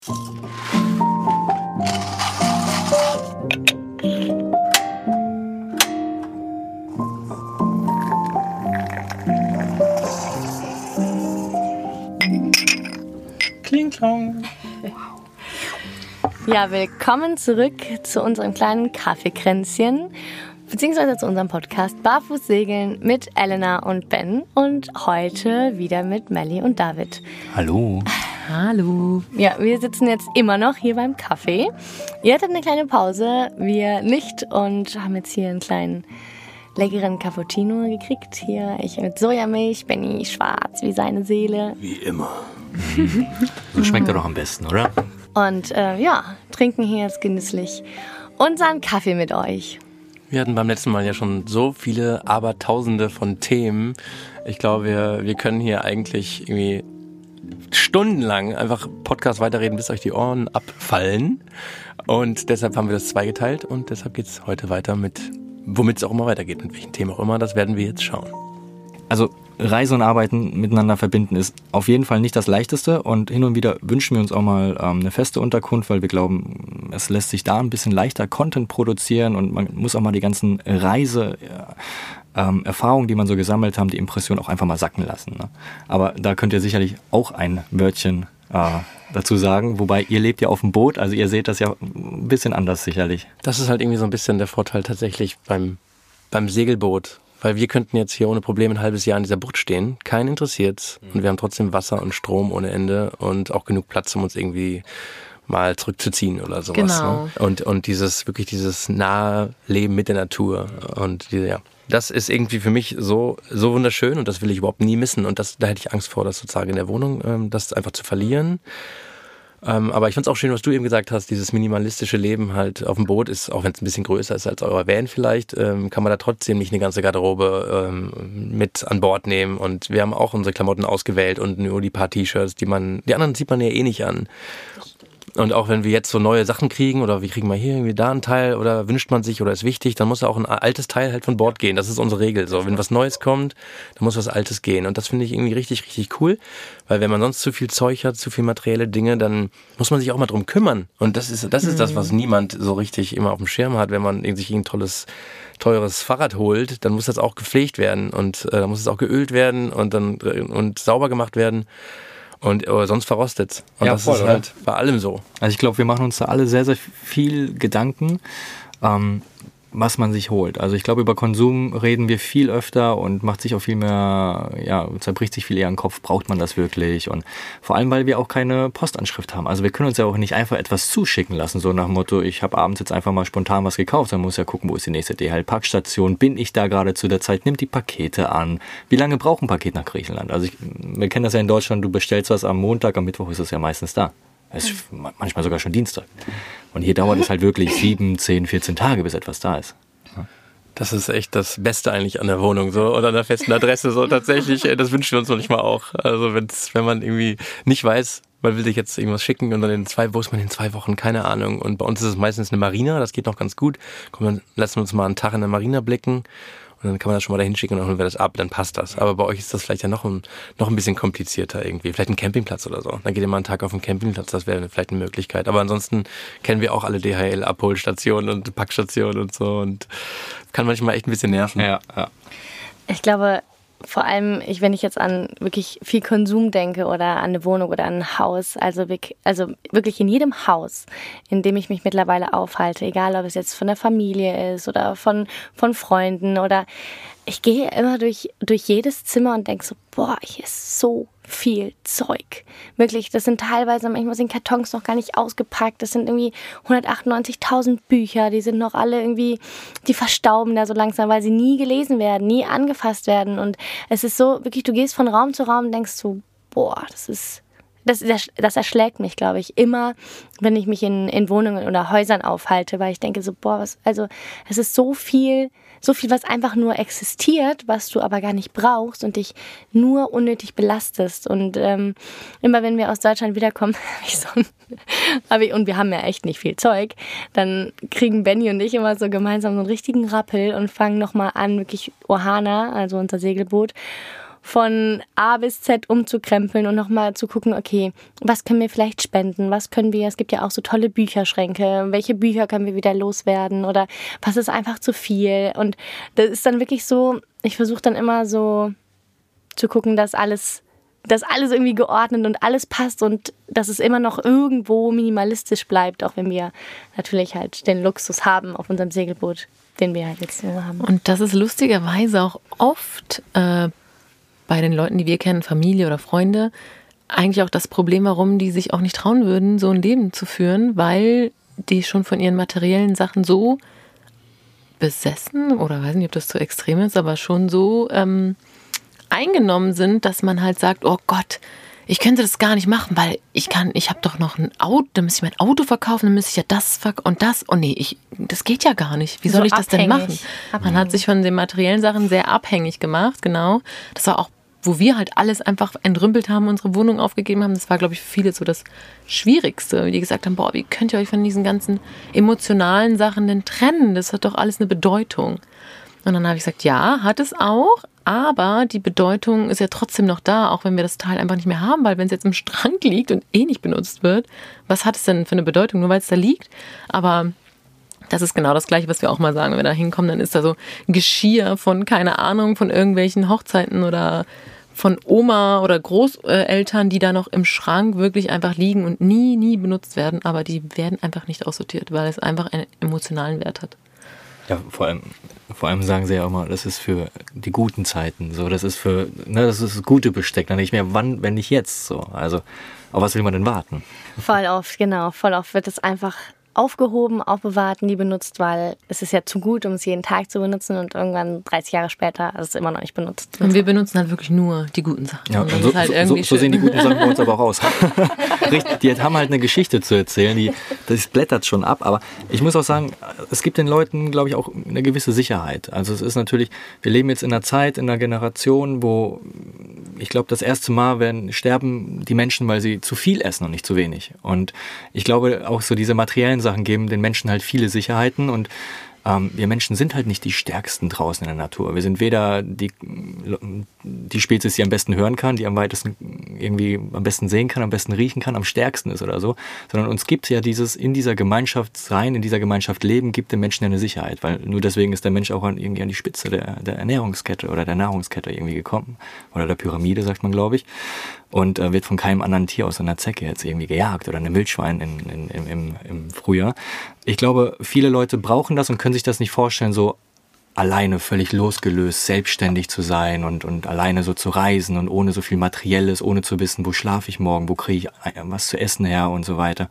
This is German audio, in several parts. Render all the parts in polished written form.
Kling, klong. Ja, willkommen zurück zu unserem kleinen Kaffeekränzchen, beziehungsweise zu unserem Podcast Barfußsegeln mit Elena und Ben und heute wieder mit Melli und David. Hallo. Hallo. Ja, wir sitzen jetzt immer noch hier beim Kaffee. Ihr hattet eine kleine Pause, wir nicht und haben jetzt hier einen kleinen leckeren Cappuccino gekriegt. Hier ich mit Sojamilch, Benni schwarz wie seine Seele. Wie immer. So schmeckt er doch am besten, oder? Und trinken hier jetzt genüsslich unseren Kaffee mit euch. Wir hatten beim letzten Mal ja schon so viele, aber tausende von Themen. Ich glaube, wir können hier eigentlich irgendwie stundenlang einfach Podcast weiterreden, bis euch die Ohren abfallen. Und deshalb haben wir das zweigeteilt und deshalb geht es heute weiter mit, womit es auch immer weitergeht, mit welchen Themen auch immer, das werden wir jetzt schauen. Also Reise und Arbeiten miteinander verbinden ist auf jeden Fall nicht das Leichteste und hin und wieder wünschen wir uns auch mal eine feste Unterkunft, weil wir glauben, es lässt sich da ein bisschen leichter Content produzieren und man muss auch mal die ganzen Erfahrungen, die man so gesammelt haben, die Impression auch einfach mal sacken lassen. Ne? Aber da könnt ihr sicherlich auch ein Wörtchen dazu sagen, wobei ihr lebt ja auf dem Boot, also ihr seht das ja ein bisschen anders sicherlich. Das ist halt irgendwie so ein bisschen der Vorteil tatsächlich beim Segelboot. Weil wir könnten jetzt hier ohne Probleme ein halbes Jahr in dieser Bucht stehen. Keinen interessiert's. Und wir haben trotzdem Wasser und Strom ohne Ende und auch genug Platz, um uns irgendwie mal zurückzuziehen oder sowas. Genau. Ne? Und dieses nahe Leben mit der Natur. Und das ist irgendwie für mich so wunderschön und das will ich überhaupt nie missen. Und da hätte ich Angst vor, das sozusagen in der Wohnung, das einfach zu verlieren. Aber ich fand's auch schön, was du eben gesagt hast, dieses minimalistische Leben halt auf dem Boot ist, auch wenn es ein bisschen größer ist als euer Van vielleicht, kann man da trotzdem nicht eine ganze Garderobe mit an Bord nehmen und wir haben auch unsere Klamotten ausgewählt und nur die paar T-Shirts, die anderen zieht man ja eh nicht an. Und auch wenn wir jetzt so neue Sachen kriegen oder wir kriegen mal hier irgendwie da einen Teil oder wünscht man sich oder ist wichtig, dann muss ja auch ein altes Teil halt von Bord gehen. Das ist unsere Regel. So, wenn was Neues kommt, dann muss was Altes gehen. Und das finde ich irgendwie richtig, richtig cool, weil wenn man sonst zu viel Zeug hat, zu viel materielle Dinge, dann muss man sich auch mal drum kümmern. Und das ist das, was niemand so richtig immer auf dem Schirm hat. Wenn man sich ein teures Fahrrad holt, dann muss das auch gepflegt werden und dann muss es auch geölt werden und sauber gemacht werden. Und sonst verrostet's. Und ja, das voll, ist halt bei allem so. Also ich glaube, wir machen uns da alle sehr, sehr viel Gedanken, was man sich holt. Also ich glaube, über Konsum reden wir viel öfter und macht sich auch viel mehr, zerbricht sich viel eher den Kopf, braucht man das wirklich? Und vor allem, weil wir auch keine Postanschrift haben. Also wir können uns ja auch nicht einfach etwas zuschicken lassen, so nach dem Motto, ich habe abends jetzt einfach mal spontan was gekauft, dann muss ja gucken, wo ist die nächste DHL-Packstation, bin ich da gerade zu der Zeit, nimmt die Pakete an, wie lange braucht ein Paket nach Griechenland? Also wir kennen das ja in Deutschland, du bestellst was am Montag, am Mittwoch ist es ja meistens da. Es ist manchmal sogar schon Dienstag. Und hier dauert es halt wirklich 7, 10, 14 Tage, bis etwas da ist. Das ist echt das Beste eigentlich an der Wohnung so oder an der festen Adresse. So tatsächlich, das wünschen wir uns noch nicht mal auch. Also wenn man irgendwie nicht weiß, man will sich jetzt irgendwas schicken und dann wo ist man in 2 Wochen, keine Ahnung. Und bei uns ist es meistens eine Marina, das geht noch ganz gut. Komm, dann lassen wir uns mal einen Tag in der Marina blicken. Und dann kann man das schon mal dahin schicken und dann holen wir das ab, dann passt das. Aber bei euch ist das vielleicht ja noch ein bisschen komplizierter irgendwie. Vielleicht ein Campingplatz oder so. Dann geht ihr mal einen Tag auf den Campingplatz, das wäre vielleicht eine Möglichkeit. Aber ansonsten kennen wir auch alle DHL-Abholstationen und Packstationen und so und kann manchmal echt ein bisschen nerven. Ja. Ich glaube, vor allem, wenn ich jetzt an wirklich viel Konsum denke oder an eine Wohnung oder an ein Haus, also wirklich in jedem Haus, in dem ich mich mittlerweile aufhalte, egal ob es jetzt von der Familie ist oder von Freunden oder ich gehe immer durch jedes Zimmer und denke so, boah, hier ist so viel Zeug. Wirklich, das sind teilweise, manchmal sind Kartons noch gar nicht ausgepackt, das sind irgendwie 198.000 Bücher, die sind noch alle irgendwie, die verstauben da so langsam, weil sie nie gelesen werden, nie angefasst werden und es ist so, wirklich, du gehst von Raum zu Raum und denkst so, boah, das erschlägt mich, glaube ich, immer, wenn ich mich in Wohnungen oder Häusern aufhalte, weil ich denke so, boah, es ist so viel, was einfach nur existiert, was du aber gar nicht brauchst und dich nur unnötig belastest. Und immer wenn wir aus Deutschland wiederkommen, und wir haben ja echt nicht viel Zeug, dann kriegen Benni und ich immer so gemeinsam so einen richtigen Rappel und fangen nochmal an, wirklich Ohana, also unser Segelboot, von A bis Z umzukrempeln und nochmal zu gucken, okay, was können wir vielleicht spenden, es gibt ja auch so tolle Bücherschränke, welche Bücher können wir wieder loswerden oder was ist einfach zu viel. Und das ist dann wirklich so, ich versuche dann immer so zu gucken, dass alles irgendwie geordnet und alles passt und dass es immer noch irgendwo minimalistisch bleibt, auch wenn wir natürlich halt den Luxus haben auf unserem Segelboot, den wir halt jetzt so haben. Und das ist lustigerweise auch oft bei den Leuten, die wir kennen, Familie oder Freunde, eigentlich auch das Problem, warum die sich auch nicht trauen würden, so ein Leben zu führen, weil die schon von ihren materiellen Sachen so besessen, oder weiß nicht, ob das zu extrem ist, aber schon so eingenommen sind, dass man halt sagt, oh Gott, ich könnte das gar nicht machen, weil ich habe doch noch ein Auto, dann müsste ich mein Auto verkaufen, dann müsste ich ja das und das. Oh nee, das geht ja gar nicht. Wie soll ich das denn machen? Man hat sich von den materiellen Sachen sehr abhängig gemacht, genau. Das war auch, wo wir halt alles einfach entrümpelt haben, unsere Wohnung aufgegeben haben. Das war, glaube ich, für viele so das Schwierigste. Die gesagt haben, boah, wie könnt ihr euch von diesen ganzen emotionalen Sachen denn trennen? Das hat doch alles eine Bedeutung. Und dann habe ich gesagt, ja, hat es auch, aber die Bedeutung ist ja trotzdem noch da, auch wenn wir das Teil einfach nicht mehr haben, weil wenn es jetzt im Schrank liegt und eh nicht benutzt wird, was hat es denn für eine Bedeutung, nur weil es da liegt? Aber das ist genau das Gleiche, was wir auch mal sagen, wenn wir da hinkommen, dann ist da so Geschirr von, keine Ahnung, von irgendwelchen Hochzeiten oder von Oma oder Großeltern, die da noch im Schrank wirklich einfach liegen und nie benutzt werden, aber die werden einfach nicht aussortiert, weil es einfach einen emotionalen Wert hat. Ja, vor allem sagen sie ja auch mal, das ist für die guten Zeiten, so, das ist das ist das gute Besteck. Dann denke ich mir, wann, wenn nicht jetzt, so. Also, auf was will man denn warten? Voll oft wird es einfach aufgehoben, aufbewahrt, nie benutzt, weil es ist ja zu gut, um es jeden Tag zu benutzen und irgendwann 30 Jahre später ist es immer noch nicht benutzt. Und wir benutzen halt wirklich nur die guten Sachen. Ja, und so sehen die guten Sachen bei uns aber auch aus. Richtig, die haben halt eine Geschichte zu erzählen, das blättert schon ab, aber ich muss auch sagen, es gibt den Leuten, glaube ich, auch eine gewisse Sicherheit. Also es ist natürlich, wir leben jetzt in einer Zeit, in einer Generation, wo ich glaube, das erste Mal sterben die Menschen, weil sie zu viel essen und nicht zu wenig. Und ich glaube, auch so diese materiellen Sachen geben den Menschen halt viele Sicherheiten und wir Menschen sind halt nicht die Stärksten draußen in der Natur. Wir sind weder die Spezies, die am besten hören kann, die am weitesten irgendwie am besten sehen kann, am besten riechen kann, am stärksten ist oder so, sondern uns gibt ja dieses in dieser Gemeinschaft sein, in dieser Gemeinschaft leben, gibt dem Menschen ja eine Sicherheit, weil nur deswegen ist der Mensch auch irgendwie an die Spitze der Ernährungskette oder der Nahrungskette irgendwie gekommen oder der Pyramide, sagt man, glaube ich. Und wird von keinem anderen Tier aus einer Zecke jetzt irgendwie gejagt oder einem Wildschwein im Frühjahr. Ich glaube, viele Leute brauchen das und können sich das nicht vorstellen, so alleine völlig losgelöst, selbstständig zu sein und alleine so zu reisen und ohne so viel Materielles, ohne zu wissen, wo schlafe ich morgen, wo kriege ich was zu essen her und so weiter.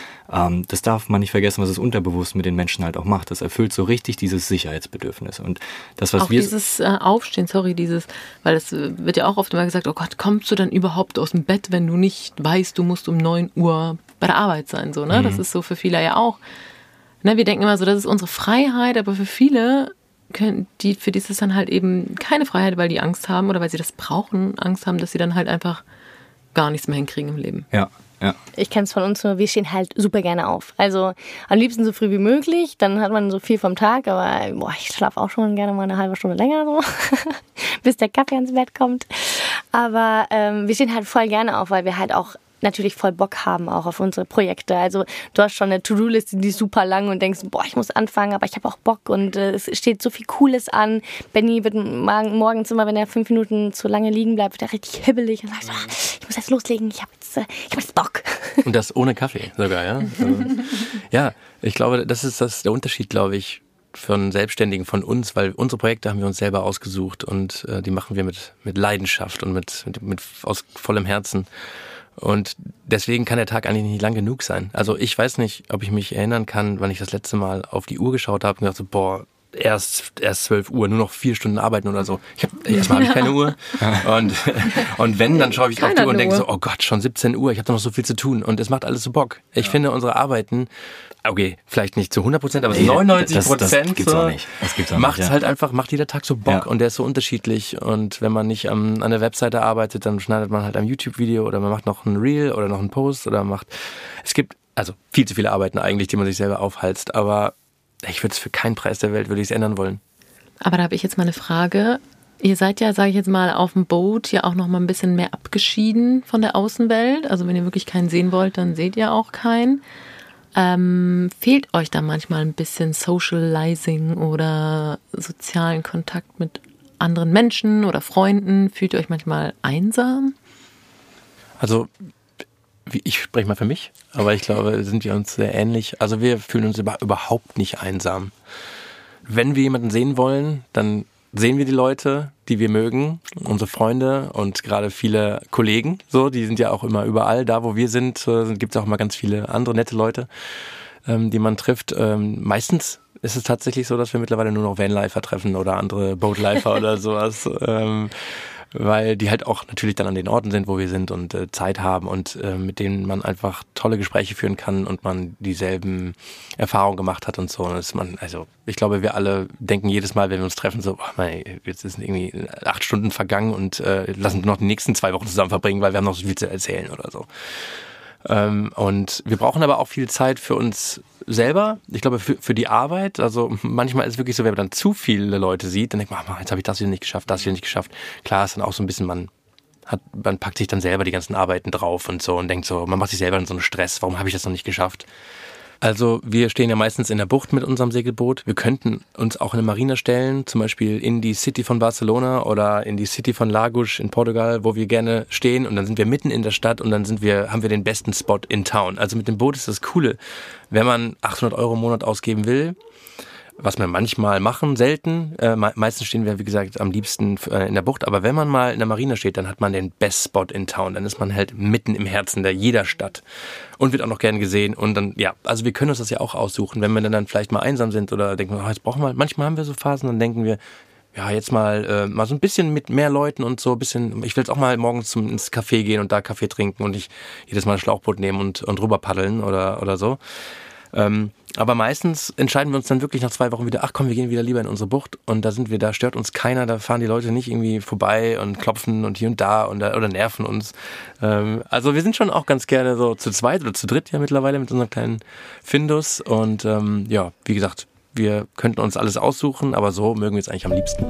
Das darf man nicht vergessen, was es unterbewusst mit den Menschen halt auch macht. Das erfüllt so richtig dieses Sicherheitsbedürfnis. Und das, was auch dieses Aufstehen, weil es wird ja auch oft immer gesagt, oh Gott, kommst du dann überhaupt aus dem Bett, wenn du nicht weißt, du musst um 9 Uhr bei der Arbeit sein, so, ne? Mhm. Das ist so für viele ja auch. Ne, wir denken immer so, das ist unsere Freiheit, aber für viele, für die ist es dann halt eben keine Freiheit, weil die Angst haben oder weil sie das brauchen, Angst haben, dass sie dann halt einfach gar nichts mehr hinkriegen im Leben. Ja. Ja. Ich kenne es von uns nur, wir stehen halt super gerne auf. Also am liebsten so früh wie möglich, dann hat man so viel vom Tag, aber ich schlafe auch schon gerne mal eine halbe Stunde länger so, bis der Kaffee ans Bett kommt. Aber wir stehen halt voll gerne auf, weil wir halt auch natürlich voll Bock haben auch auf unsere Projekte. Also du hast schon eine To-Do-Liste, die ist super lang und denkst, ich muss anfangen, aber ich habe auch Bock und es steht so viel Cooles an. Benni wird morgens immer, wenn er 5 Minuten zu lange liegen bleibt, wird er richtig hibbelig und sagt, ich muss jetzt loslegen, ich habe jetzt Bock. Und das ohne Kaffee sogar, ja? Also, ja, ich glaube, das ist der Unterschied, glaube ich, von Selbstständigen, von uns, weil unsere Projekte haben wir uns selber ausgesucht und die machen wir mit Leidenschaft und mit aus vollem Herzen. Und deswegen kann der Tag eigentlich nicht lang genug sein. Also ich weiß nicht, ob ich mich erinnern kann, wann ich das letzte Mal auf die Uhr geschaut habe und gedacht so, erst 12 Uhr, nur noch 4 Stunden arbeiten oder so. Erstmal habe ich keine Uhr. Und wenn, dann schaue ich auf die Uhr und denke so, oh Gott, schon 17 Uhr, ich habe doch noch so viel zu tun. Und es macht alles so Bock. Ich finde, unsere Arbeiten, okay, vielleicht nicht zu 100%, aber 99% macht es halt einfach, macht jeder Tag so Bock und der ist so unterschiedlich. Und wenn man nicht an der Webseite arbeitet, dann schneidet man halt ein YouTube-Video oder man macht noch ein Reel oder noch einen Post oder es gibt also viel zu viele Arbeiten eigentlich, die man sich selber aufhalst, aber ich würde es für keinen Preis der Welt, würde ich es ändern wollen. Aber da habe ich jetzt mal eine Frage. Ihr seid ja, sage ich jetzt mal, auf dem Boot ja auch noch mal ein bisschen mehr abgeschieden von der Außenwelt. Also wenn ihr wirklich keinen sehen wollt, dann seht ihr auch keinen. Fehlt euch da manchmal ein bisschen Socializing oder sozialen Kontakt mit anderen Menschen oder Freunden? Fühlt ihr euch manchmal einsam? Also ich spreche mal für mich, aber ich glaube, sind wir uns sehr ähnlich. Also wir fühlen uns überhaupt nicht einsam. Wenn wir jemanden sehen wollen, dann sehen wir die Leute, die wir mögen, unsere Freunde und gerade viele Kollegen, so, die sind ja auch immer überall. Da, wo wir sind, gibt es auch immer ganz viele andere nette Leute, die man trifft. Meistens ist es tatsächlich so, dass wir mittlerweile nur noch Vanlifer treffen oder andere Boatlifer oder sowas, weil die halt auch natürlich dann an den Orten sind, wo wir sind und Zeit haben und mit denen man einfach tolle Gespräche führen kann und man dieselben Erfahrungen gemacht hat und so. Und also ich glaube, wir alle denken jedes Mal, wenn wir uns treffen, so, jetzt sind irgendwie 8 Stunden vergangen und lassen noch die nächsten 2 Wochen zusammen verbringen, weil wir haben noch so viel zu erzählen oder so. Und wir brauchen aber auch viel Zeit für uns selber. Ich glaube, für die Arbeit. Also manchmal ist es wirklich so, wenn man dann zu viele Leute sieht, dann denkt man, jetzt habe ich das wieder nicht geschafft, das wieder nicht geschafft. Klar ist dann auch so ein bisschen, man packt sich dann selber die ganzen Arbeiten drauf und so und denkt so, man macht sich selber in so einen Stress, warum habe ich das noch nicht geschafft? Also wir stehen ja meistens in der Bucht mit unserem Segelboot. Wir könnten uns auch in eine Marina stellen, zum Beispiel in die City von Barcelona oder in die City von Lagos in Portugal, wo wir gerne stehen. Und dann sind wir mitten in der Stadt und dann haben wir den besten Spot in Town. Also mit dem Boot ist das Coole, wenn man 800 € im Monat ausgeben will, was wir manchmal machen, selten. Meistens stehen wir, wie gesagt, am liebsten in der Bucht. Aber wenn man mal in der Marina steht, dann hat man den Best Spot in Town. Dann ist man halt mitten im Herzen jeder Stadt und wird auch noch gern gesehen. Und dann, ja, also wir können uns das ja auch aussuchen. Wenn wir dann vielleicht mal einsam sind oder denken, jetzt brauchen wir, manchmal haben wir so Phasen, dann denken wir, ja, jetzt mal so ein bisschen mit mehr Leuten und so ein bisschen, ich will jetzt auch mal morgens ins Café gehen und da Kaffee trinken und nicht jedes Mal ein Schlauchboot nehmen und rüber paddeln oder so. Aber meistens entscheiden wir uns dann wirklich nach 2 Wochen wieder, ach komm, wir gehen wieder lieber in unsere Bucht und da stört uns keiner, da fahren die Leute nicht irgendwie vorbei und klopfen und hier und da oder nerven uns. Also wir sind schon auch ganz gerne so zu zweit oder zu dritt ja mittlerweile mit unserem kleinen Findus und ja, wie gesagt, wir könnten uns alles aussuchen, aber so mögen wir es eigentlich am liebsten.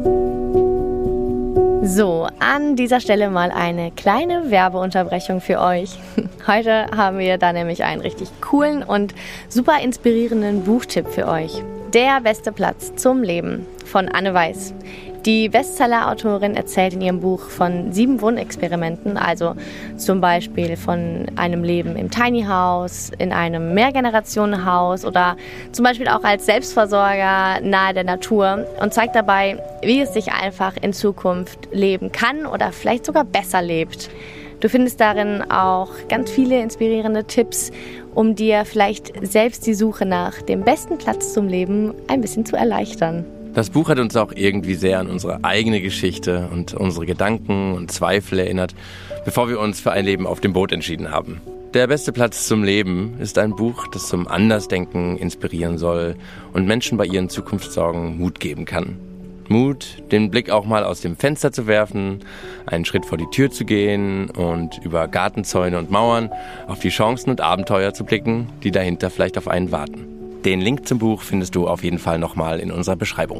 So, an dieser Stelle mal eine kleine Werbeunterbrechung für euch. Heute haben wir da nämlich einen richtig coolen und super inspirierenden Buchtipp für euch. Der beste Platz zum Leben von Anne Weiß. Die Bestseller-Autorin erzählt in ihrem Buch von 7 Wohnexperimenten, also zum Beispiel von einem Leben im Tiny House, in einem Mehrgenerationenhaus oder zum Beispiel auch als Selbstversorger nahe der Natur und zeigt dabei, wie es sich einfach in Zukunft leben kann oder vielleicht sogar besser lebt. Du findest darin auch ganz viele inspirierende Tipps, um dir vielleicht selbst die Suche nach dem besten Platz zum Leben ein bisschen zu erleichtern. Das Buch hat uns auch irgendwie sehr an unsere eigene Geschichte und unsere Gedanken und Zweifel erinnert, bevor wir uns für ein Leben auf dem Boot entschieden haben. Der beste Platz zum Leben ist ein Buch, das zum Andersdenken inspirieren soll und Menschen bei ihren Zukunftssorgen Mut geben kann. Mut, den Blick auch mal aus dem Fenster zu werfen, einen Schritt vor die Tür zu gehen und über Gartenzäune und Mauern auf die Chancen und Abenteuer zu blicken, die dahinter vielleicht auf einen warten. Den Link zum Buch findest du auf jeden Fall nochmal in unserer Beschreibung.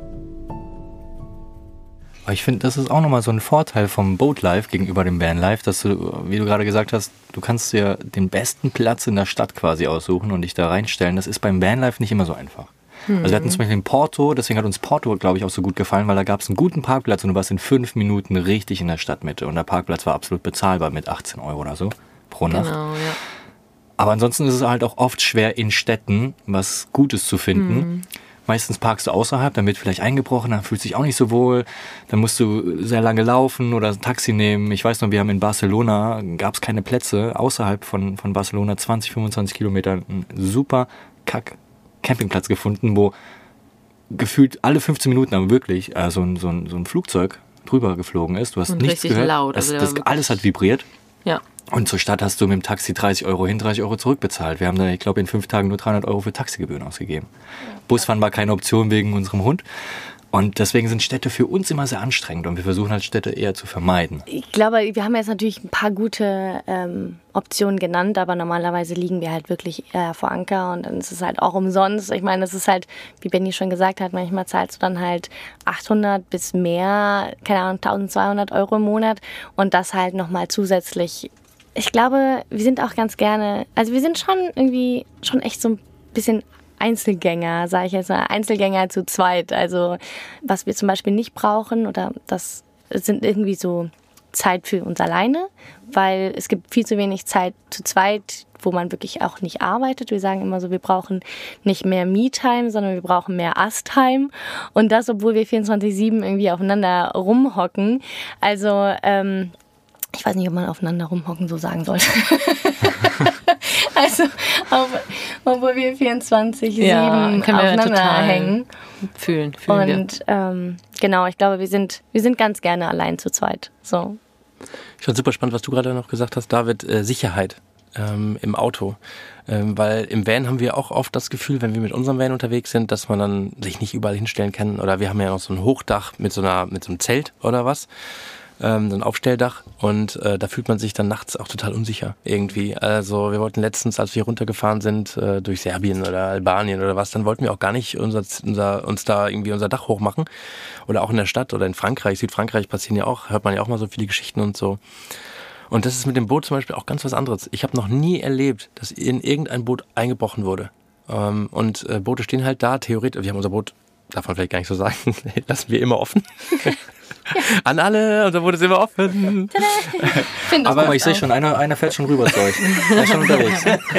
Ich finde, das ist auch nochmal so ein Vorteil vom Boatlife gegenüber dem Vanlife, dass du, wie du gerade gesagt hast, du kannst dir den besten Platz in der Stadt quasi aussuchen und dich da reinstellen. Das ist beim Vanlife nicht immer so einfach. Also wir hatten zum Beispiel in Porto, deswegen hat uns Porto, glaube ich, auch so gut gefallen, weil da gab es einen guten Parkplatz und du warst in 5 Minuten richtig in der Stadtmitte und der Parkplatz war absolut bezahlbar mit 18 € oder so pro Nacht. Genau, ja. Aber ansonsten ist es halt auch oft schwer in Städten was Gutes zu finden. Meistens parkst du außerhalb, dann wird vielleicht eingebrochen, dann fühlst du dich auch nicht so wohl. Dann musst du sehr lange laufen oder ein Taxi nehmen. Ich weiß noch, wir haben in Barcelona, gab es keine Plätze, außerhalb von Barcelona, 20, 25 Kilometer, einen super Campingplatz gefunden, wo gefühlt alle 15 Minuten, aber wirklich, so ein Flugzeug drüber geflogen ist. Du hast nichts gehört. Laut, also alles hat vibriert. Ja. Und zur Stadt hast du mit dem Taxi 30 € hin, 30 € zurückbezahlt. Wir haben da, ich glaube, in 5 Tagen nur 300 € für Taxigebühren ausgegeben. Busfahren war keine Option wegen unserem Hund. Und deswegen sind Städte für uns immer sehr anstrengend und wir versuchen halt Städte eher zu vermeiden. Ich glaube, wir haben jetzt natürlich ein paar gute Optionen genannt, aber normalerweise liegen wir halt wirklich vor Anker und dann ist es halt auch umsonst. Ich meine, es ist halt, wie Benni schon gesagt hat, manchmal zahlst du dann halt 800 bis mehr, keine Ahnung, 1200 Euro im Monat und das halt nochmal zusätzlich. Ich glaube, wir sind auch ganz gerne, also wir sind schon echt so ein bisschen Einzelgänger, sage ich jetzt mal, Einzelgänger zu zweit. Also was wir zum Beispiel nicht brauchen oder das sind irgendwie so Zeit für uns alleine, weil es gibt viel zu wenig Zeit zu zweit, wo man wirklich auch nicht arbeitet. Wir sagen immer so, wir brauchen nicht mehr Me-Time, sondern wir brauchen mehr Us-Time und das, obwohl wir 24/7 irgendwie aufeinander rumhocken. Also ich weiß nicht, ob man aufeinander rumhocken so sagen sollte. Also, obwohl wir 24/7 aufeinander hängen. Fühlen und genau, ich glaube, wir sind ganz gerne allein zu zweit. So. Ich fand super spannend, was du gerade noch gesagt hast, David, Sicherheit im Auto. Weil im Van haben wir auch oft das Gefühl, wenn wir mit unserem Van unterwegs sind, dass man dann sich nicht überall hinstellen kann. Oder wir haben ja noch so ein Hochdach mit so einem Zelt oder was. So ein Aufstelldach und da fühlt man sich dann nachts auch total unsicher irgendwie. Also wir wollten letztens, als wir runtergefahren sind durch Serbien oder Albanien oder was, dann wollten wir auch gar nicht uns da irgendwie unser Dach hochmachen oder auch in der Stadt oder in Frankreich, Südfrankreich hört man ja auch mal so viele Geschichten und so. Und das ist mit dem Boot zum Beispiel auch ganz was anderes. Ich habe noch nie erlebt, dass in irgendein Boot eingebrochen wurde. Und Boote stehen halt da, theoretisch, wir haben unser Boot, darf man vielleicht gar nicht so sagen, lassen wir immer offen. Ja. An alle, unser Boot ist immer offen. Aber guck mal, ich sehe schon, einer fährt schon rüber zu euch. Er ist schon unterwegs.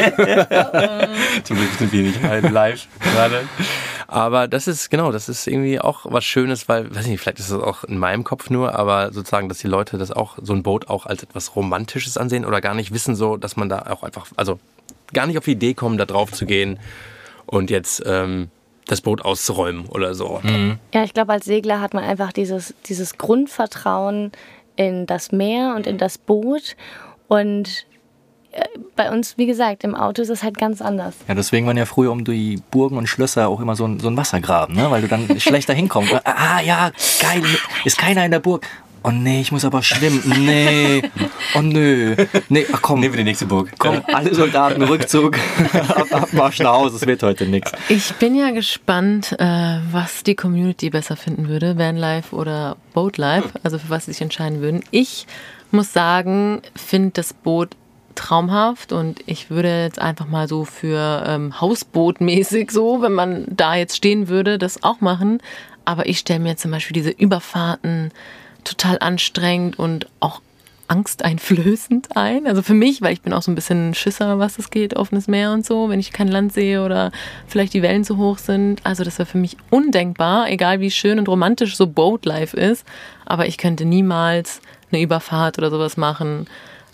Zum Glück sind wir nicht live gerade. Aber das ist irgendwie auch was Schönes, weil, weiß nicht, vielleicht ist das auch in meinem Kopf nur, aber sozusagen, dass die Leute das auch, so ein Boot auch als etwas Romantisches ansehen oder gar nicht wissen so, dass man da auch einfach, also gar nicht auf die Idee kommen, da drauf zu gehen und jetzt das Boot auszuräumen oder so. Mhm. Ja, ich glaube, als Segler hat man einfach dieses Grundvertrauen in das Meer und in das Boot. Und bei uns, wie gesagt, im Auto ist es halt ganz anders. Ja, deswegen waren ja früher um die Burgen und Schlösser auch immer so ein Wassergraben, ne? Weil du dann schlechter hinkommst. Ja, geil, ist keiner in der Burg. Oh nee, ich muss aber schwimmen. Nee. Oh nö. Nee, ach komm. Nehmen wir die nächste Burg. Komm, alle Soldaten, Rückzug. Abmarsch nach Hause, es wird heute nichts. Ich bin ja gespannt, was die Community besser finden würde, Vanlife oder Boatlife, also für was sie sich entscheiden würden. Ich muss sagen, finde das Boot traumhaft und ich würde jetzt einfach mal so für Hausbootmäßig so, wenn man da jetzt stehen würde, das auch machen. Aber ich stelle mir zum Beispiel diese Überfahrten total anstrengend und auch angsteinflößend ein. Also für mich, weil ich bin auch so ein bisschen Schisser, was es geht, offenes Meer und so, wenn ich kein Land sehe oder vielleicht die Wellen zu hoch sind. Also das wäre für mich undenkbar, egal wie schön und romantisch so Boatlife ist. Aber ich könnte niemals eine Überfahrt oder sowas machen.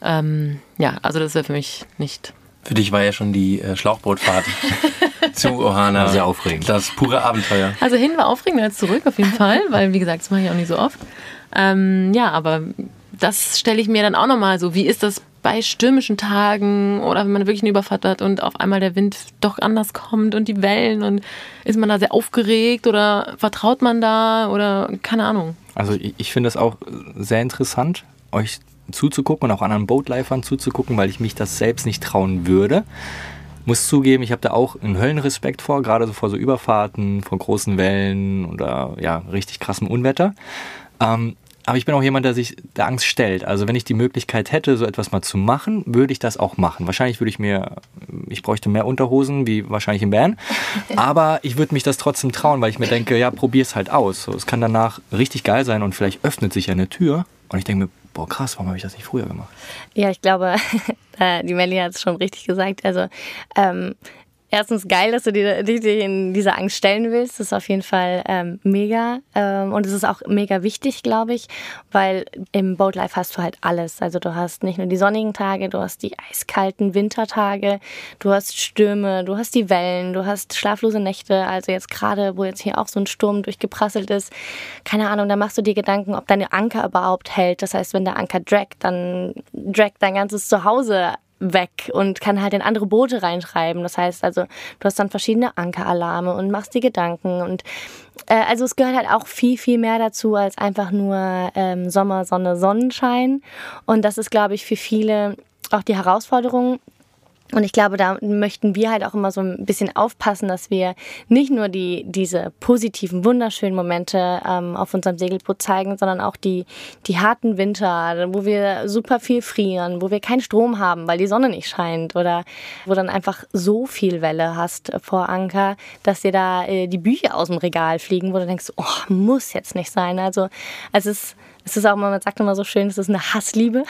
Ja, also das wäre für mich nicht. Für dich war ja schon die Schlauchbootfahrt zu Ohana sehr aufregend. Das pure Abenteuer. Also hin war aufregender als zurück auf jeden Fall, weil wie gesagt, das mache ich auch nicht so oft. Ja, aber das stelle ich mir dann auch nochmal so, wie ist das bei stürmischen Tagen oder wenn man wirklich eine Überfahrt hat und auf einmal der Wind doch anders kommt und die Wellen und ist man da sehr aufgeregt oder vertraut man da oder keine Ahnung. Also ich finde das auch sehr interessant, euch zuzugucken und auch anderen Boatlifern zuzugucken, weil ich mich das selbst nicht trauen würde. Muss zugeben, ich habe da auch einen Höllenrespekt vor, gerade so vor so Überfahrten, vor großen Wellen oder ja, richtig krassem Unwetter. Aber ich bin auch jemand, der sich der Angst stellt. Also wenn ich die Möglichkeit hätte, so etwas mal zu machen, würde ich das auch machen. Wahrscheinlich ich bräuchte mehr Unterhosen, wie wahrscheinlich im Van. Aber ich würde mich das trotzdem trauen, weil ich mir denke, ja, probier's halt aus. So, es kann danach richtig geil sein und vielleicht öffnet sich ja eine Tür. Und ich denke mir, boah krass, warum habe ich das nicht früher gemacht? Ja, ich glaube, die Melli hat es schon richtig gesagt. Also erstens geil, dass du dich in diese Angst stellen willst. Das ist auf jeden Fall mega. Und es ist auch mega wichtig, glaube ich, weil im Boatlife hast du halt alles. Also du hast nicht nur die sonnigen Tage, du hast die eiskalten Wintertage, du hast Stürme, du hast die Wellen, du hast schlaflose Nächte. Also jetzt gerade, wo jetzt hier auch so ein Sturm durchgeprasselt ist, keine Ahnung, da machst du dir Gedanken, ob deine Anker überhaupt hält. Das heißt, wenn der Anker draggt, dann draggt dein ganzes Zuhause weg und kann halt in andere Boote reinschreiben. Das heißt also, du hast dann verschiedene Ankeralarme und machst dir Gedanken und also es gehört halt auch viel, viel mehr dazu als einfach nur Sommer, Sonne, Sonnenschein. Und das ist, glaube ich, für viele auch die Herausforderung. Und ich glaube, da möchten wir halt auch immer so ein bisschen aufpassen, dass wir nicht nur diese positiven, wunderschönen Momente auf unserem Segelboot zeigen, sondern auch die harten Winter, wo wir super viel frieren, wo wir keinen Strom haben, weil die Sonne nicht scheint oder wo dann einfach so viel Welle hast vor Anker, dass dir da die Bücher aus dem Regal fliegen, wo du denkst, oh, muss jetzt nicht sein. Also es ist auch immer, man sagt immer so schön, es ist eine Hassliebe.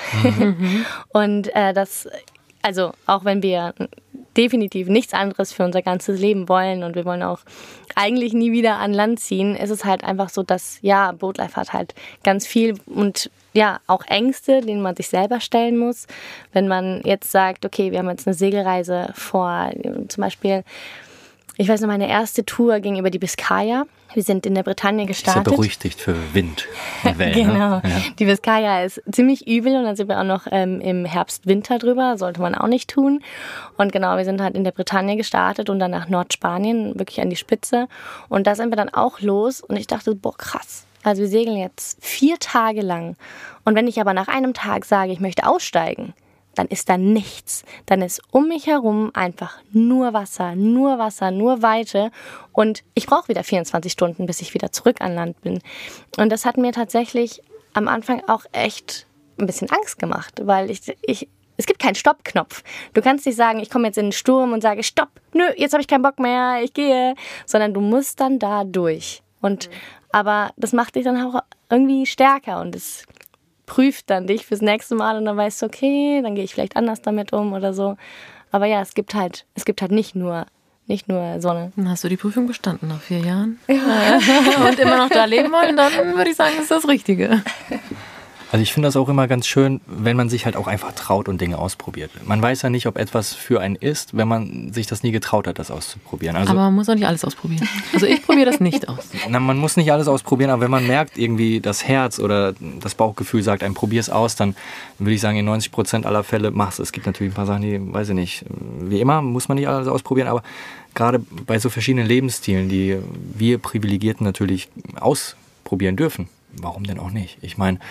Und also auch wenn wir definitiv nichts anderes für unser ganzes Leben wollen und wir wollen auch eigentlich nie wieder an Land ziehen, ist es halt einfach so, dass ja, Boatlife hat halt ganz viel und ja, auch Ängste, denen man sich selber stellen muss. Wenn man jetzt sagt, okay, wir haben jetzt eine Segelreise vor, zum Beispiel, ich weiß noch, meine erste Tour ging über die Biskaya. Wir sind in der Bretagne gestartet. Ist ja berüchtigt für Wind und Wellen. Genau. Ne? Ja. Die Biskaya ist ziemlich übel und dann sind wir auch noch im Herbst, Winter drüber. Sollte man auch nicht tun. Und genau, wir sind halt in der Bretagne gestartet und dann nach Nordspanien, wirklich an die Spitze. Und da sind wir dann auch los und ich dachte, boah, krass. Also wir segeln jetzt 4 Tage lang. Und wenn ich aber nach einem Tag sage, ich möchte aussteigen, dann ist da nichts. Dann ist um mich herum einfach nur Wasser, nur Weite. Und ich brauche wieder 24 Stunden, bis ich wieder zurück an Land bin. Und das hat mir tatsächlich am Anfang auch echt ein bisschen Angst gemacht, weil es gibt keinen Stoppknopf. Du kannst nicht sagen, ich komme jetzt in den Sturm und sage, stopp, nö, jetzt habe ich keinen Bock mehr, ich gehe. Sondern du musst dann da durch. Aber das macht dich dann auch irgendwie stärker und es prüft dann dich fürs nächste Mal und dann weißt du, okay, dann gehe ich vielleicht anders damit um oder so. Aber ja, es gibt halt nicht nur Sonne. Dann hast du die Prüfung bestanden nach 4 Jahren. Ja. Und immer noch da leben wollen, dann würde ich sagen, ist das Richtige. Also ich finde das auch immer ganz schön, wenn man sich halt auch einfach traut und Dinge ausprobiert. Man weiß ja nicht, ob etwas für einen ist, wenn man sich das nie getraut hat, das auszuprobieren. Also, aber man muss auch nicht alles ausprobieren. Also ich probiere das nicht aus. Na, man muss nicht alles ausprobieren, aber wenn man merkt, irgendwie das Herz oder das Bauchgefühl sagt einem, probier es aus, dann würde ich sagen, in 90% aller Fälle mach's. Es gibt natürlich ein paar Sachen, die, weiß ich nicht, wie immer, muss man nicht alles ausprobieren, aber gerade bei so verschiedenen Lebensstilen, die wir Privilegierten natürlich ausprobieren dürfen, warum denn auch nicht? Ich meine,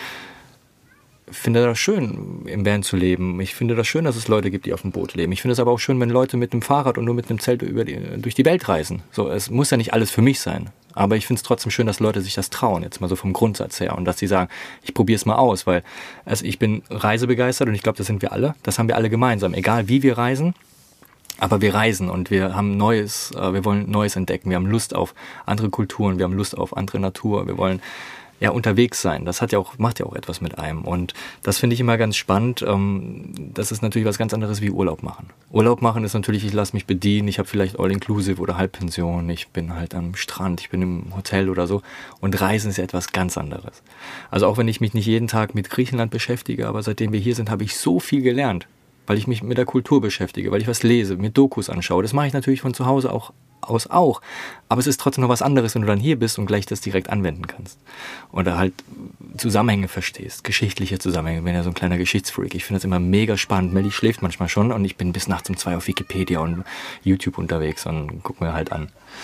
finde das schön, im Van zu leben. Ich finde das schön, dass es Leute gibt, die auf dem Boot leben. Ich finde es aber auch schön, wenn Leute mit dem Fahrrad und nur mit einem Zelt durch die Welt reisen. So, es muss ja nicht alles für mich sein. Aber ich finde es trotzdem schön, dass Leute sich das trauen, jetzt mal so vom Grundsatz her. Und dass sie sagen, ich probiere es mal aus, weil ich bin reisebegeistert und ich glaube, das sind wir alle. Das haben wir alle gemeinsam. Egal wie wir reisen, aber wir reisen und wir haben wir wollen Neues entdecken. Wir haben Lust auf andere Kulturen, wir haben Lust auf andere Natur. Wir wollen ja unterwegs sein. Das macht ja auch etwas mit einem. Und das finde ich immer ganz spannend. Das ist natürlich was ganz anderes wie Urlaub machen. Urlaub machen ist natürlich, ich lasse mich bedienen, ich habe vielleicht All-Inclusive oder Halbpension, ich bin halt am Strand, ich bin im Hotel oder so. Und Reisen ist ja etwas ganz anderes. Also auch wenn ich mich nicht jeden Tag mit Griechenland beschäftige, aber seitdem wir hier sind, habe ich so viel gelernt, weil ich mich mit der Kultur beschäftige, weil ich was lese, mir Dokus anschaue. Das mache ich natürlich von zu Hause auch. Aber es ist trotzdem noch was anderes, wenn du dann hier bist und gleich das direkt anwenden kannst. Oder halt Zusammenhänge verstehst, geschichtliche Zusammenhänge. Ich bin ja so ein kleiner Geschichtsfreak. Ich finde das immer mega spannend. Melly schläft manchmal schon und ich bin bis nachts um 2 auf Wikipedia und YouTube unterwegs und gucke mir halt an,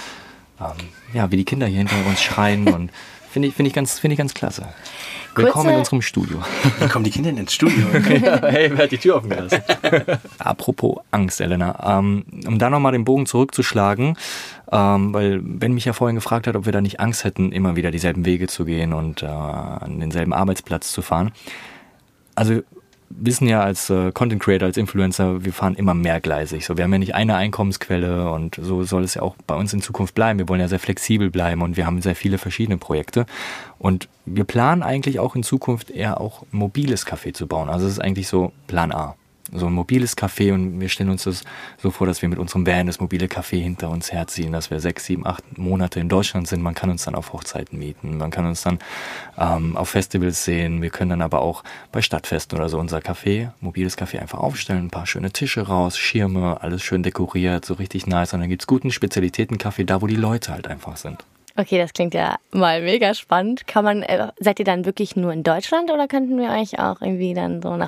wie die Kinder hier hinter uns schreien und finde ich ganz klasse. Willkommen in unserem Studio. Wie kommen die Kinder denn ins Studio? Hey, wer hat die Tür offen gelassen? Apropos Angst, Elena. Um da nochmal den Bogen zurückzuschlagen, weil Ben mich ja vorhin gefragt hat, ob wir da nicht Angst hätten, immer wieder dieselben Wege zu gehen und an denselben Arbeitsplatz zu fahren. Also wissen ja als Content Creator, als Influencer, wir fahren immer mehrgleisig. So, wir haben ja nicht eine Einkommensquelle und so soll es ja auch bei uns in Zukunft bleiben. Wir wollen ja sehr flexibel bleiben und wir haben sehr viele verschiedene Projekte. Und wir planen eigentlich auch in Zukunft eher auch ein mobiles Café zu bauen. Also es ist eigentlich so Plan A. So ein mobiles Café und wir stellen uns das so vor, dass wir mit unserem Van das mobile Café hinter uns herziehen, dass wir 6, 7, 8 Monate in Deutschland sind. Man kann uns dann auf Hochzeiten mieten, man kann uns dann auf Festivals sehen, wir können dann aber auch bei Stadtfesten oder so unser Café, mobiles Café einfach aufstellen, ein paar schöne Tische raus, Schirme, alles schön dekoriert, so richtig nice und dann gibt's guten Spezialitäten-Kaffee da, wo die Leute halt einfach sind. Okay, das klingt ja mal mega spannend. Seid ihr dann wirklich nur in Deutschland oder könnten wir euch auch irgendwie dann so nach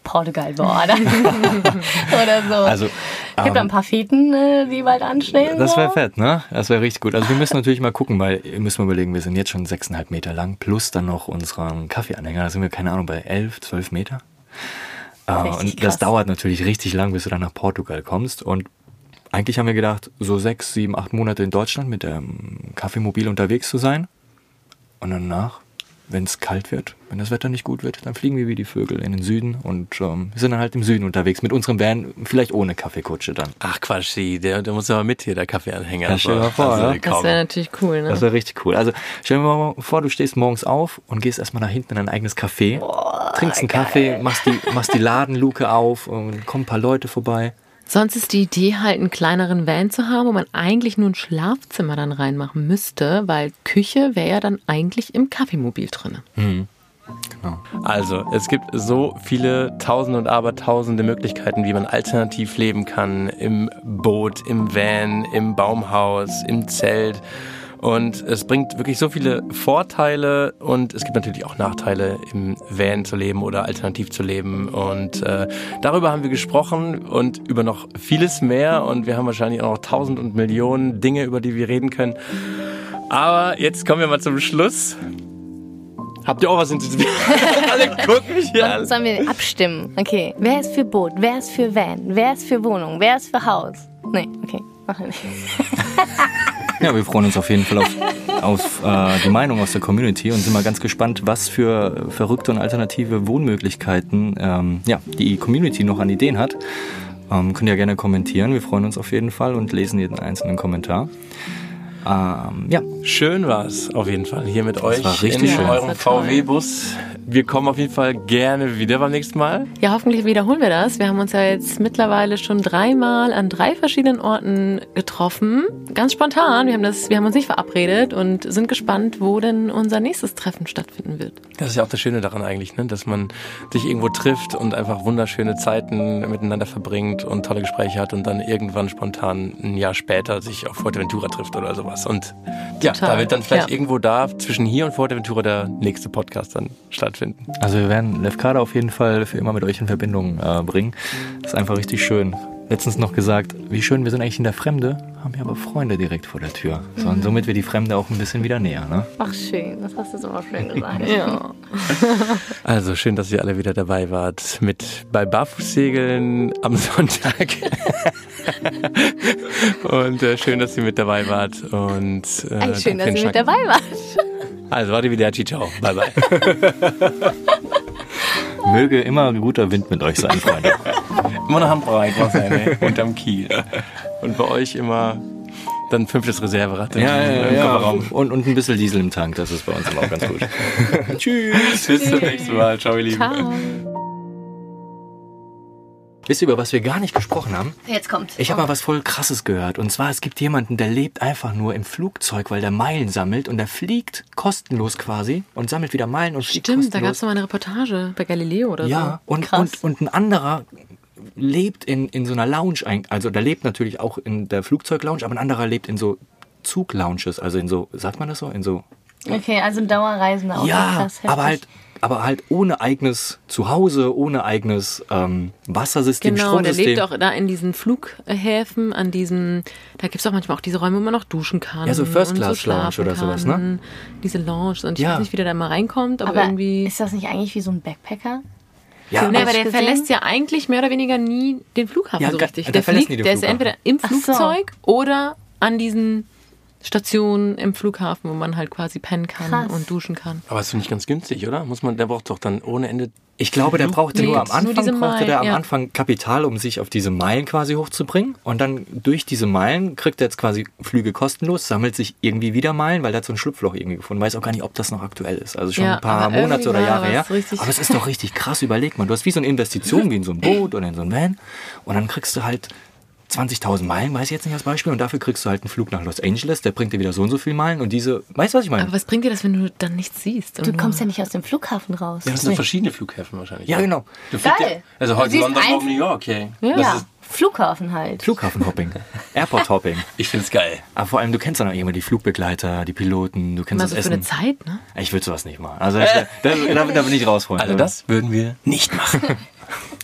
Portugal beordern. Oder so. Also, ich habe da ein paar Feten, die bald anstehen. das wäre so. fett, ne? Das wäre richtig gut. Also wir müssen natürlich mal gucken, weil müssen wir überlegen, wir sind jetzt schon 6,5 Meter lang, plus dann noch unseren Kaffeeanhänger. Da sind wir, keine Ahnung, bei 11, 12 Meter. Und das krass. dauert natürlich richtig lang, bis du dann nach Portugal kommst. Und eigentlich haben wir gedacht, so 6, 7, 8 Monate in Deutschland mit dem Kaffeemobil unterwegs zu sein. Und danach, wenn es kalt wird, wenn das Wetter nicht gut wird, dann fliegen wir wie die Vögel in den Süden. Und wir sind dann halt im Süden unterwegs mit unserem Van, vielleicht ohne Kaffeekutsche dann. Ach Quatsch, der muss aber mit hier, der Kaffeeanhänger. Ja, stell dir mal vor, ja. Das wäre natürlich cool, ne? Das wäre richtig cool. Also stell dir mal vor, du stehst morgens auf und gehst erstmal nach hinten in dein eigenes Café, trinkst einen Kaffee, machst die Ladenluke auf und kommen ein paar Leute vorbei. Sonst ist die Idee halt, einen kleineren Van zu haben, wo man eigentlich nur ein Schlafzimmer dann reinmachen müsste, weil Küche wäre ja dann eigentlich im Kaffeemobil drin. Genau. Also, es gibt so viele Tausende und Abertausende Möglichkeiten, wie man alternativ leben kann. Im Boot, im Van, im Baumhaus, im Zelt. Und es bringt wirklich so viele Vorteile und es gibt natürlich auch Nachteile, im Van zu leben oder alternativ zu leben. Und darüber haben wir gesprochen und über noch vieles mehr. Und wir haben wahrscheinlich auch noch 1000 und Millionen Dinge, über die wir reden können. Aber jetzt kommen wir mal zum Schluss. Habt ihr auch was hinzuzufügen? Alle gucken mich hier an. Sollen wir abstimmen? Okay. Wer ist für Boot? Wer ist für Van? Wer ist für Wohnung? Wer ist für Haus? Nee, okay. Mach ich nicht. Ja, wir freuen uns auf jeden Fall auf die Meinung aus der Community und sind mal ganz gespannt, was für verrückte und alternative Wohnmöglichkeiten die Community noch an Ideen hat. Könnt ihr ja gerne kommentieren. Wir freuen uns auf jeden Fall und lesen jeden einzelnen Kommentar. Schön war's auf jeden Fall hier mit euch war richtig in schön. eurem Das war toll. VW-Bus. Wir kommen auf jeden Fall gerne wieder beim nächsten Mal. Ja, hoffentlich wiederholen wir das. Wir haben uns ja jetzt mittlerweile schon 3-mal an 3 verschiedenen Orten getroffen. Ganz spontan. Wir haben uns nicht verabredet und sind gespannt, wo denn unser nächstes Treffen stattfinden wird. Das ist ja auch das Schöne daran eigentlich, ne? Dass man sich irgendwo trifft und einfach wunderschöne Zeiten miteinander verbringt und tolle Gespräche hat und dann irgendwann spontan ein Jahr später sich auf Fuerteventura trifft oder sowas. Und ja, Total. da wird dann vielleicht Ja. irgendwo zwischen hier und Fuerteventura der nächste Podcast dann stattfinden. Also wir werden Lefkada auf jeden Fall für immer mit euch in Verbindung bringen. Das ist einfach richtig schön. Letztens noch gesagt, wie schön, wir sind eigentlich in der Fremde, haben ja aber Freunde direkt vor der Tür. So, und somit wird die Fremde auch ein bisschen wieder näher, ne? Ach, schön. Das hast du so schön gesagt. Ja. Also schön, dass ihr alle wieder dabei wart bei Barfußsegeln am Sonntag. Und schön, dass ihr mit dabei wart. Und Ey, schön, dass vielen ihr mit Dank. dabei wart. Also, arrivederci, ciao. Bye, bye. Möge immer ein guter Wind mit euch sein, Freunde. Immer eine Handbreit, was eine, unterm Kiel. Und bei euch immer dann 5. Reserverad im Kofferraum. Und ein bisschen Diesel im Tank, das ist bei uns immer auch ganz gut. Tschüss, bis zum nächsten Mal. Ciao, ihr Lieben. Ciao. Wisst ihr, über was wir gar nicht gesprochen haben? Jetzt kommt. Ich habe mal was voll Krasses gehört. Und zwar, es gibt jemanden, der lebt einfach nur im Flugzeug, weil der Meilen sammelt. Und der fliegt kostenlos quasi und sammelt wieder Meilen und fliegt Stimmt, da gab kostenlos. es noch mal eine Reportage bei Galileo oder Ja, und Krass. ein anderer lebt in so einer Lounge. Also der lebt natürlich auch in der Flugzeuglounge, aber ein anderer lebt in so Zuglounges. Also in so, sagt man das so? In so. Okay, also ein Dauerreisender auch. Ja, Krass, heftig. aber halt ohne eigenes Zuhause, ohne eigenes Wassersystem, Genau, der Stromsystem. lebt auch da in diesen Flughäfen, da gibt es auch manchmal auch diese Räume, wo man noch duschen kann. Ja, so First und Class Lounge schlafen oder sowas, ne? kann. Diese Lounge. Und ich Ja. weiß nicht, wie der da mal reinkommt, aber Aber irgendwie. ist das nicht eigentlich wie so ein Backpacker? Ja, Nee, aber Hast der du verlässt gesehen? ja eigentlich mehr oder weniger nie den Flughafen Ja, so richtig. der Der verlässt nie den der ist Flughafen. entweder im Ach so. Flugzeug oder an diesen Stationen im Flughafen, wo man halt quasi pennen kann Krass. und duschen kann. Aber ist doch nicht ganz günstig, oder? Der braucht doch dann ohne Ende. Ich glaube, der brauchte Nee, nur am nur Anfang diese brauchte der am Meilen, ja. Anfang Kapital, um sich auf diese Meilen quasi hochzubringen. Und dann durch diese Meilen kriegt er jetzt quasi Flüge kostenlos, sammelt sich irgendwie wieder Meilen, weil er hat so ein Schlupfloch irgendwie gefunden. Weiß auch gar nicht, ob das noch aktuell ist. Also schon Ja, ein paar aber Monate oder irgendwie war Jahre her. das richtig- Aber es ist doch richtig krass, überleg mal. Du hast wie so eine Investition, wie in so ein Boot oder in so ein Van. Und dann kriegst du halt 20.000 Meilen, weiß ich jetzt nicht als Beispiel. Und dafür kriegst du halt einen Flug nach Los Angeles, der bringt dir wieder so und so viel Meilen. Und diese, weißt du, was ich meine? Aber was bringt dir das, wenn du dann nichts siehst? Du kommst ja nicht aus dem Flughafen raus. Das sind verschiedene Flughäfen wahrscheinlich. Ja, genau. Du fliegst Geil. Also Du heute siehst London, ein- morgen New York, okay. Ja. Das Ja, ist, Flughafen halt. Flughafenhopping, Airport-Hopping. ich find's geil. Aber vor allem, du kennst dann auch immer die Flugbegleiter, die Piloten, du kennst Immer das so für Essen. eine Zeit, ne? Ich würde sowas nicht machen. Also da bin ich raus, Freunde. Also das würden wir nicht machen.